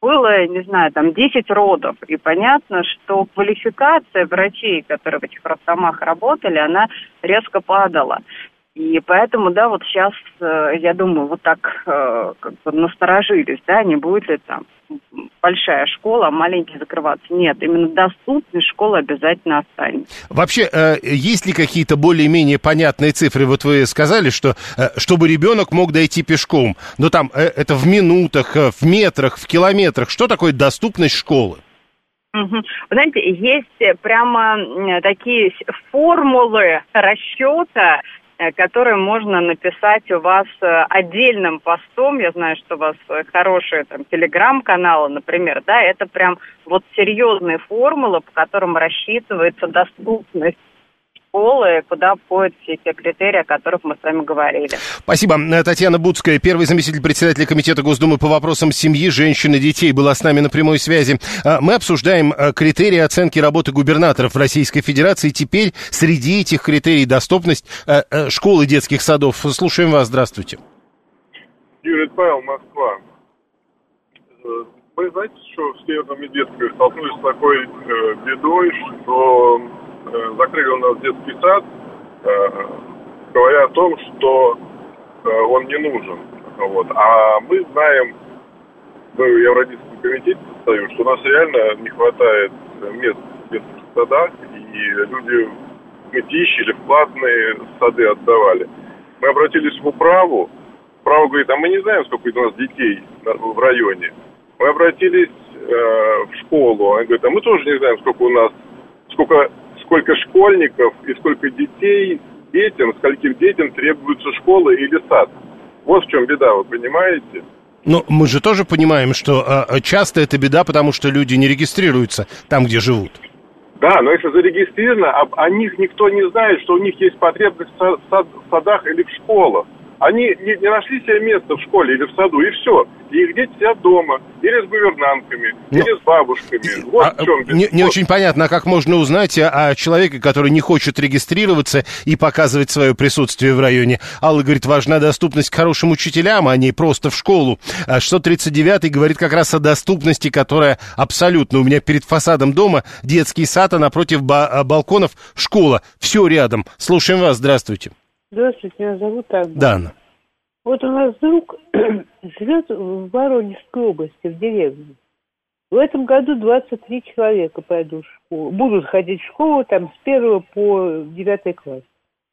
было, не знаю, там десять родов. И понятно, что квалификация врачей, которые в этих роддомах работали, она резко падала. И поэтому, да, вот сейчас, я думаю, вот так как бы насторожились, да, не будет ли там большая школа, а маленькие закрываться. Нет, именно доступность школы обязательно останется. Вообще, есть ли какие-то более-менее понятные цифры? Вот вы сказали, что чтобы ребенок мог дойти пешком, но там это в минутах, в метрах, в километрах. Что такое доступность школы? Угу. Вы знаете, есть прямо такие формулы расчета, которые можно написать у вас отдельным постом. Я знаю, что у вас хорошие там телеграм-каналы, например, да, это прям вот серьезные формулы, по которым рассчитывается доступность школы, куда входят все те критерии, о которых мы с вами говорили. Спасибо. Татьяна Буцкая, первый заместитель председателя Комитета Госдумы по вопросам семьи, женщин и детей, была с нами на прямой связи. Мы обсуждаем критерии оценки работы губернаторов Российской Федерации. Теперь среди этих критерий доступность школ и детских садов. Слушаем вас. Здравствуйте. Юрий Павел, Москва. Вы знаете, что в Северном Медведкове столкнулись с такой э, бедой, что э, закрыли у нас детский сад, э, говоря о том, что э, он не нужен. Вот. А мы знаем, ну, я в родительском комитете состою, что у нас реально не хватает мест в детских садах, и люди в мытищи или в платные сады отдавали. Мы обратились в управу, управа говорит, а мы не знаем, сколько у нас детей в районе. Мы обратились э, в школу, они говорят, а мы тоже не знаем, сколько у нас, сколько, сколько школьников и сколько детей, детям, скольким детям требуется школа или сад. Вот в чем беда, вы понимаете? Но мы же тоже понимаем, что э, часто это беда, потому что люди не регистрируются там, где живут. Да, но если зарегистрировано, об, о них никто не знает, что у них есть потребность в, сад, в садах или в школах. Они не, не нашли себе место в школе или в саду, и все. И их дети сидят дома, или с гувернантками, но... или с бабушками. Вот а, в чем беда. Не, не очень понятно, а как можно узнать о, о человеке, который не хочет регистрироваться и показывать свое присутствие в районе. Алла говорит, важна доступность к хорошим учителям, а не просто в школу. А шестьсот тридцать девятый говорит как раз о доступности, которая абсолютно. У меня перед фасадом дома детский сад, а напротив ба- балконов школа. Все рядом. Слушаем вас. Здравствуйте. Здравствуйте, меня зовут Анна. Да, Анна. Вот у нас друг живет в Воронежской области, в деревне. В этом году двадцать три человека пойдут в школу, будут ходить в школу там с первого по девятый класс.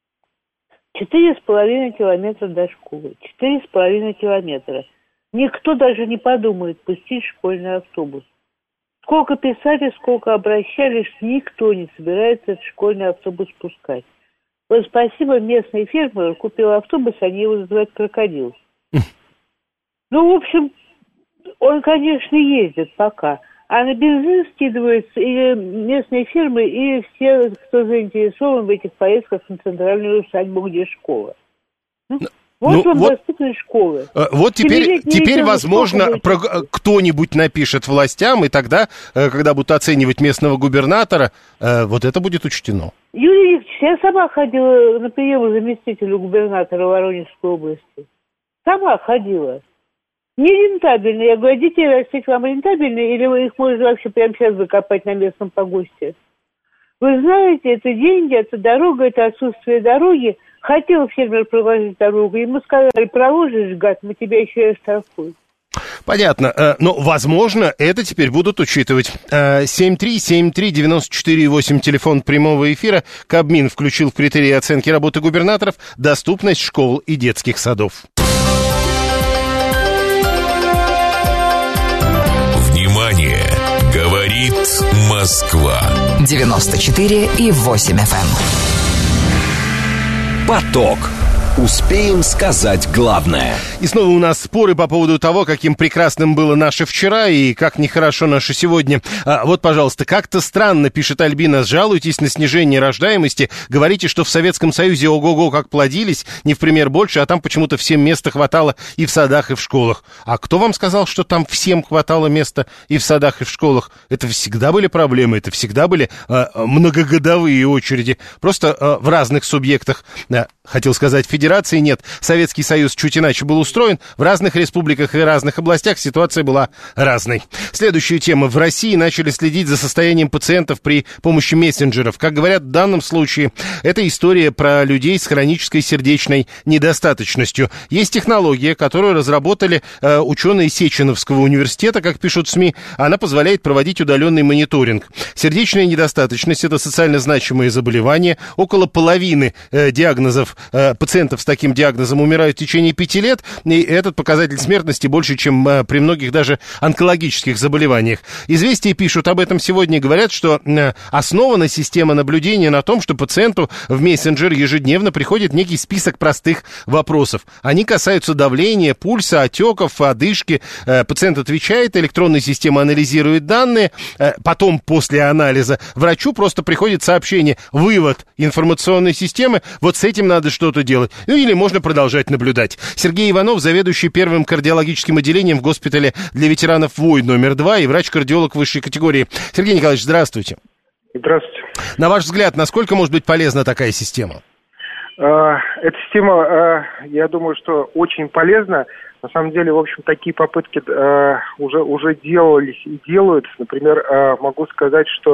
Четыре с половиной километра до школы. Четыре с половиной километра. Никто даже не подумает пустить школьный автобус. Сколько писали, сколько обращались, никто не собирается этот школьный автобус пускать. Вот спасибо, местный фермер купил автобус, они его называют «Крокодил». Ну, в общем, он, конечно, ездит пока. А на бензин скидываются и местные фермы, и все, кто заинтересован в этих поездках на центральную усадьбу, где школа. Вот ну, вам вот, доступность школы. Вот теперь, теперь возможно, про, кто-нибудь напишет властям, и тогда, когда будут оценивать местного губернатора, вот это будет учтено. Юрий Викторович, я сама ходила на прием к заместителю губернатора Воронежской области. Сама ходила. Нерентабельно. Я говорю, детей растить вам рентабельно, или вы их можете вообще прямо сейчас закопать на местном погосте? Вы знаете, это деньги, это дорога, это отсутствие дороги. Хотел фермер проложить дорогу, ему сказали, проложишь, гад, мы тебя еще и оштрафуем. Понятно. Но, возможно, это теперь будут учитывать. семь три семь три девяносто четыре восемь, телефон прямого эфира. Кабмин включил в критерии оценки работы губернаторов доступность школ и детских садов. Внимание! Говорит Москва. девяносто четыре и восемь эф эм. Поток. Успеем сказать главное. И снова у нас споры по поводу того, каким прекрасным было наше вчера и как нехорошо наше сегодня. А, вот, пожалуйста, как-то странно, пишет Альбина, жалуетесь на снижение рождаемости, говорите, что в Советском Союзе ого-го как плодились, не в пример больше, а там почему-то всем места хватало и в садах, и в школах. А кто вам сказал, что там всем хватало места и в садах, и в школах? Это всегда были проблемы, это всегда были а, многогодовые очереди. Просто а, в разных субъектах, а, хотел сказать, федерации, Федерации нет. Советский Союз чуть иначе был устроен. В разных республиках и разных областях ситуация была разной. Следующая тема. В России начали следить за состоянием пациентов при помощи мессенджеров. Как говорят в данном случае, это история про людей с хронической сердечной недостаточностью. Есть технология, которую разработали э, ученые Сеченовского университета, как пишут СМИ. Она позволяет проводить удаленный мониторинг. Сердечная недостаточность – это социально значимое заболевание. Около половины э, диагнозов, э, пациентов с таким диагнозом умирают в течение пяти лет. И этот показатель смертности больше, чем э, при многих даже онкологических заболеваниях. Известия пишут об этом сегодня и говорят, что э, основана система наблюдения на том, что пациенту в мессенджер ежедневно приходит некий список простых вопросов. Они касаются давления, пульса, отеков, одышки. Э, пациент отвечает, электронная система анализирует данные. Э, потом, после анализа, врачу просто приходит сообщение: вывод информационной системы, вот с этим надо что-то делать. Ну или можно продолжать наблюдать. Сергей Иванов, заведующий первым кардиологическим отделением в госпитале для ветеранов войн номер два и врач-кардиолог высшей категории. Сергей Николаевич, здравствуйте. Здравствуйте. На ваш взгляд, насколько может быть полезна такая система? Эта система, я думаю, что очень полезна. На самом деле, в общем, такие попытки уже, уже делались и делаются. Например, могу сказать, что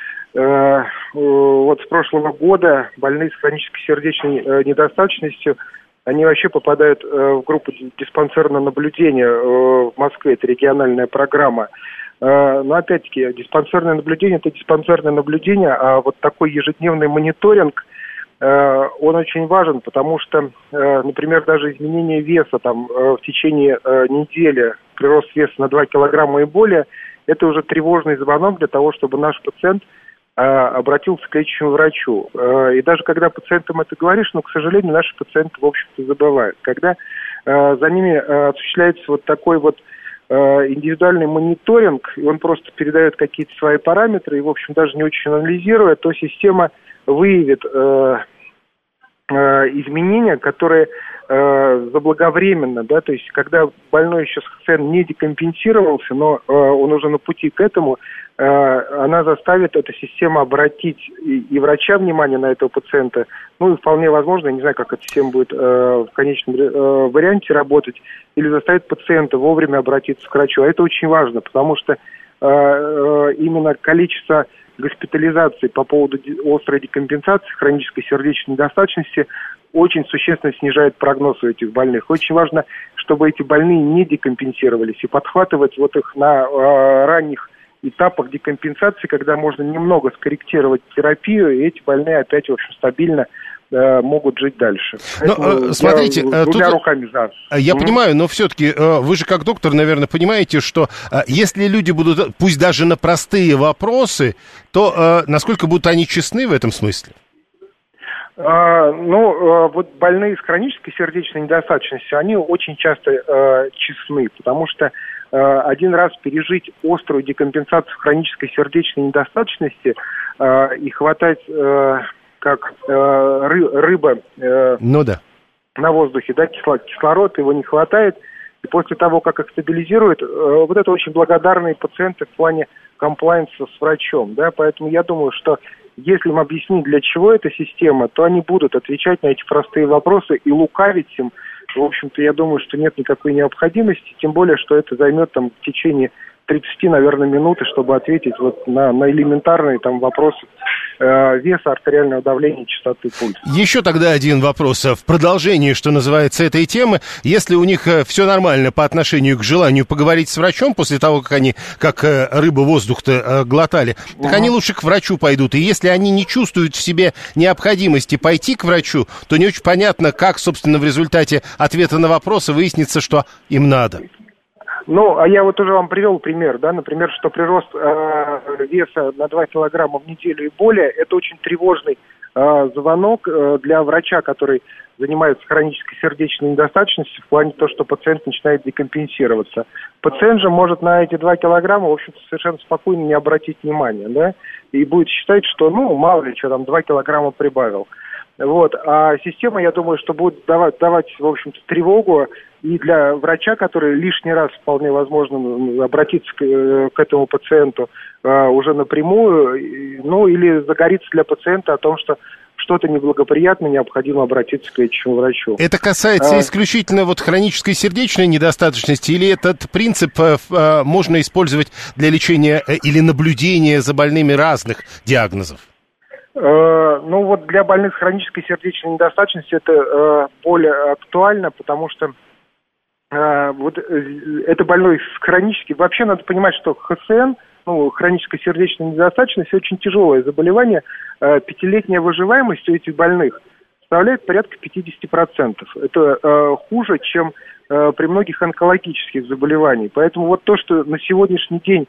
вот с прошлого года больные с хронической сердечной недостаточностью, они вообще попадают в группу диспансерного наблюдения в Москве. Это региональная программа. Но опять-таки, диспансерное наблюдение – это диспансерное наблюдение, а вот такой ежедневный мониторинг, он очень важен, потому что, например, даже изменение веса там, в течение недели, прирост веса на два килограмма и более, это уже тревожный звонок для того, чтобы наш пациент обратился к лечащему врачу. И даже когда пациентам это говоришь, ну, к сожалению, наши пациенты, в общем-то, забывают. Когда за ними осуществляется вот такой вот индивидуальный мониторинг, и он просто передает какие-то свои параметры, и, в общем, даже не очень анализируя, то система выявит э, э, изменения, которые э, заблаговременно, да, то есть когда больной еще социально не декомпенсировался, но э, он уже на пути к этому, э, она заставит эту систему обратить и, и врача внимание на этого пациента, ну и вполне возможно, я не знаю, как эта система будет э, в конечном э, варианте работать, или заставит пациента вовремя обратиться к врачу. А это очень важно, потому что э, э, именно количество госпитализации по поводу острой декомпенсации, хронической сердечной недостаточности очень существенно снижает прогноз у этих больных. Очень важно, чтобы эти больные не декомпенсировались и подхватывать вот их на э, ранних этапах декомпенсации, когда можно немного скорректировать терапию, и эти больные опять, в общем, стабильно э, могут жить дальше. Но, смотрите, я двумя тут... руками за. Я mm-hmm. понимаю, но все-таки вы же как доктор, наверное, понимаете, что если люди будут, пусть даже на простые вопросы, то насколько будут они честны в этом смысле? А, ну, вот больные с хронической сердечной недостаточностью, они очень часто э, честны, потому что э, один раз пережить острую декомпенсацию хронической сердечной недостаточности э, и хватать, э, как э, ры, рыба э, ну, да. на воздухе, да, кислород, кислород, его не хватает, и после того, как их стабилизируют, э, вот это очень благодарные пациенты в плане комплайнса с врачом, да, поэтому я думаю, что если им объяснить, для чего эта система, то они будут отвечать на эти простые вопросы и лукавить им. В общем-то, я думаю, что нет никакой необходимости, тем более, что это займет там в течение тридцать, наверное, минут, чтобы ответить вот на, на элементарные там вопросы э, веса, артериального давления, частоты пульса. Еще тогда один вопрос в продолжении, что называется, этой темы. Если у них все нормально по отношению к желанию поговорить с врачом после того, как они, как рыба воздух-то глотали, так угу. они лучше к врачу пойдут. И если они не чувствуют в себе необходимости пойти к врачу, то не очень понятно, как, собственно, в результате ответа на вопросы выяснится, что им надо. Ну, а я вот уже вам привел пример, да, например, что прирост э, веса на два килограмма в неделю и более, это очень тревожный э, звонок э, для врача, который занимается хронической сердечной недостаточностью, в плане того, что пациент начинает декомпенсироваться. Пациент же может на эти два килограмма, в общем-то, совершенно спокойно не обратить внимания, да, и будет считать, что, ну, мало ли, что там два килограмма прибавил. Вот, а система, я думаю, что будет давать, давать, в общем-то, тревогу и для врача, который лишний раз, вполне возможно, обратится к, к этому пациенту а, уже напрямую, ну, или загорится для пациента о том, что что-то неблагоприятное, необходимо обратиться к лечащему врачу. Это касается а... исключительно вот хронической сердечной недостаточности, или этот принцип а, можно использовать для лечения или наблюдения за больными разных диагнозов? Э, ну вот для больных с хронической сердечной недостаточностью это э, более актуально, потому что э, вот э, это больной с хронической... Вообще надо понимать, что ХСН, ну, хроническая сердечная недостаточность, очень тяжелое заболевание. Э, пятилетняя выживаемость у этих больных составляет порядка пятьдесят процентов. Это э, хуже, чем э, при многих онкологических заболеваниях. Поэтому вот то, что на сегодняшний день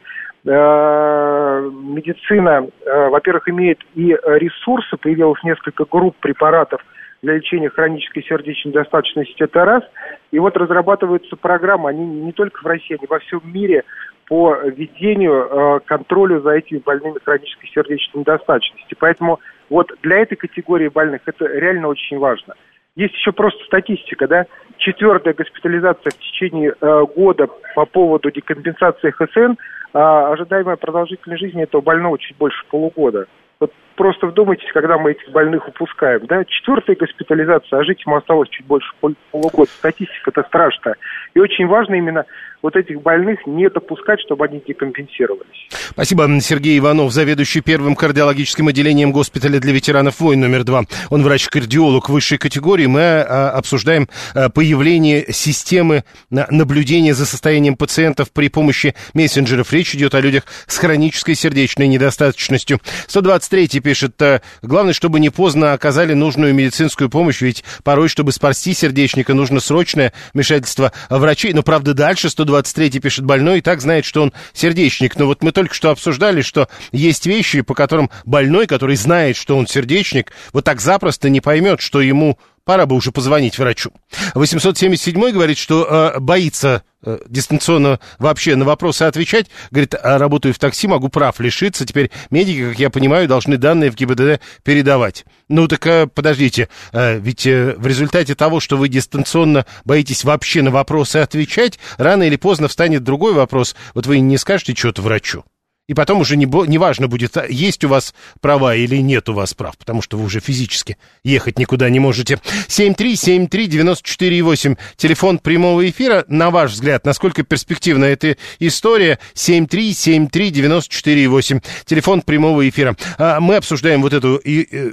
медицина, во-первых, имеет и ресурсы, появилось несколько групп препаратов для лечения хронической сердечной недостаточности, это раз. И вот разрабатываются программы, они не только в России, они во всем мире по ведению, контролю за этими больными хронической сердечной недостаточности. Поэтому вот для этой категории больных это реально очень важно. Есть еще просто статистика, да, четвертая госпитализация в течение э, года по поводу декомпенсации ХСН, а ожидаемая продолжительность жизни этого больного чуть больше полугода. Вот просто вдумайтесь, когда мы этих больных упускаем, да, четвертая госпитализация, а жить ему осталось чуть больше полугода. Статистика это страшная. И очень важно именно вот этих больных не допускать, чтобы они декомпенсировались. Спасибо. Сергей Иванов, заведующий первым кардиологическим отделением госпиталя для ветеранов войн номер два. Он врач-кардиолог высшей категории. Мы а, обсуждаем а, появление системы наблюдения за состоянием пациентов при помощи мессенджеров. Речь идет о людях с хронической сердечной недостаточностью. сто двадцать третий пишет: главное, чтобы не поздно оказали нужную медицинскую помощь, ведь порой, чтобы спасти сердечника, нужно срочное вмешательство врачей. Но, правда, дальше сто двадцать третий пишет: больной и так знает, что он сердечник. Но вот мы только что обсуждали, что есть вещи, по которым больной, который знает, что он сердечник, вот так запросто не поймет, что ему пора бы уже позвонить врачу. восемьсот семьдесят седьмой говорит, что э, боится э, дистанционно вообще на вопросы отвечать. Говорит, а работаю в такси, могу прав лишиться. Теперь медики, как я понимаю, должны данные в ГИБДД передавать. Ну так э, подождите, э, ведь э, в результате того, что вы дистанционно боитесь вообще на вопросы отвечать, рано или поздно встанет другой вопрос. Вот вы не скажете что-то врачу. И потом уже не, не важно будет, есть у вас права или нет у вас прав, потому что вы уже физически ехать никуда не можете. семь три семь три девять четыре восемь, телефон прямого эфира. На ваш взгляд, насколько перспективна эта история? семь три семь три девять четыре восемь, телефон прямого эфира. Мы обсуждаем вот эту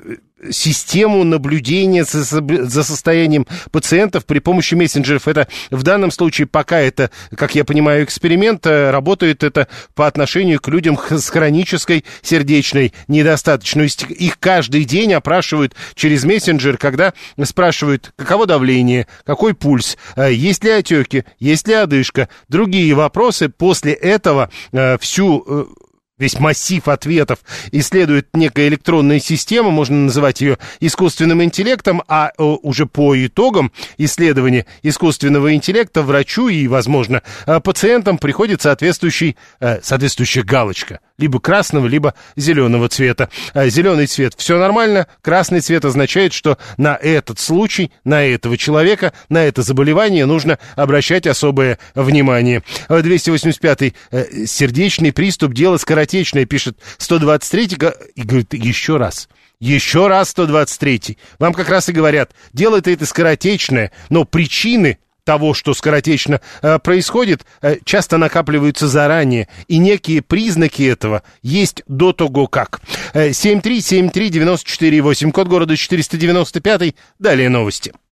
систему наблюдения за, за состоянием пациентов при помощи мессенджеров. Это в данном случае пока это, как я понимаю, эксперимент. Работает это по отношению к людям с хронической сердечной недостаточностью. Их каждый день опрашивают через мессенджер, когда спрашивают, каково давление, какой пульс, есть ли отеки, есть ли одышка, другие вопросы. После этого всю... Весь массив ответов исследует некая электронная система, можно называть ее искусственным интеллектом, а уже по итогам исследования искусственного интеллекта врачу и, возможно, пациентам приходит соответствующий, соответствующая галочка. Либо красного, либо зеленого цвета. Зеленый цвет — все нормально, красный цвет означает, что на этот случай, на этого человека, на это заболевание нужно обращать особое внимание. двести восемьдесят пятый сердечный приступ, дело скоротечное, пишет сто двадцать третий, и говорит, еще раз. Еще раз сто двадцать третий. Вам как раз и говорят, дело-то это скоротечное, но причины того, что скоротечно э, происходит, э, часто накапливаются заранее, и некие признаки этого есть до того как. семь три семь три девять четыре восемь, код города четыреста девяносто пять, далее новости.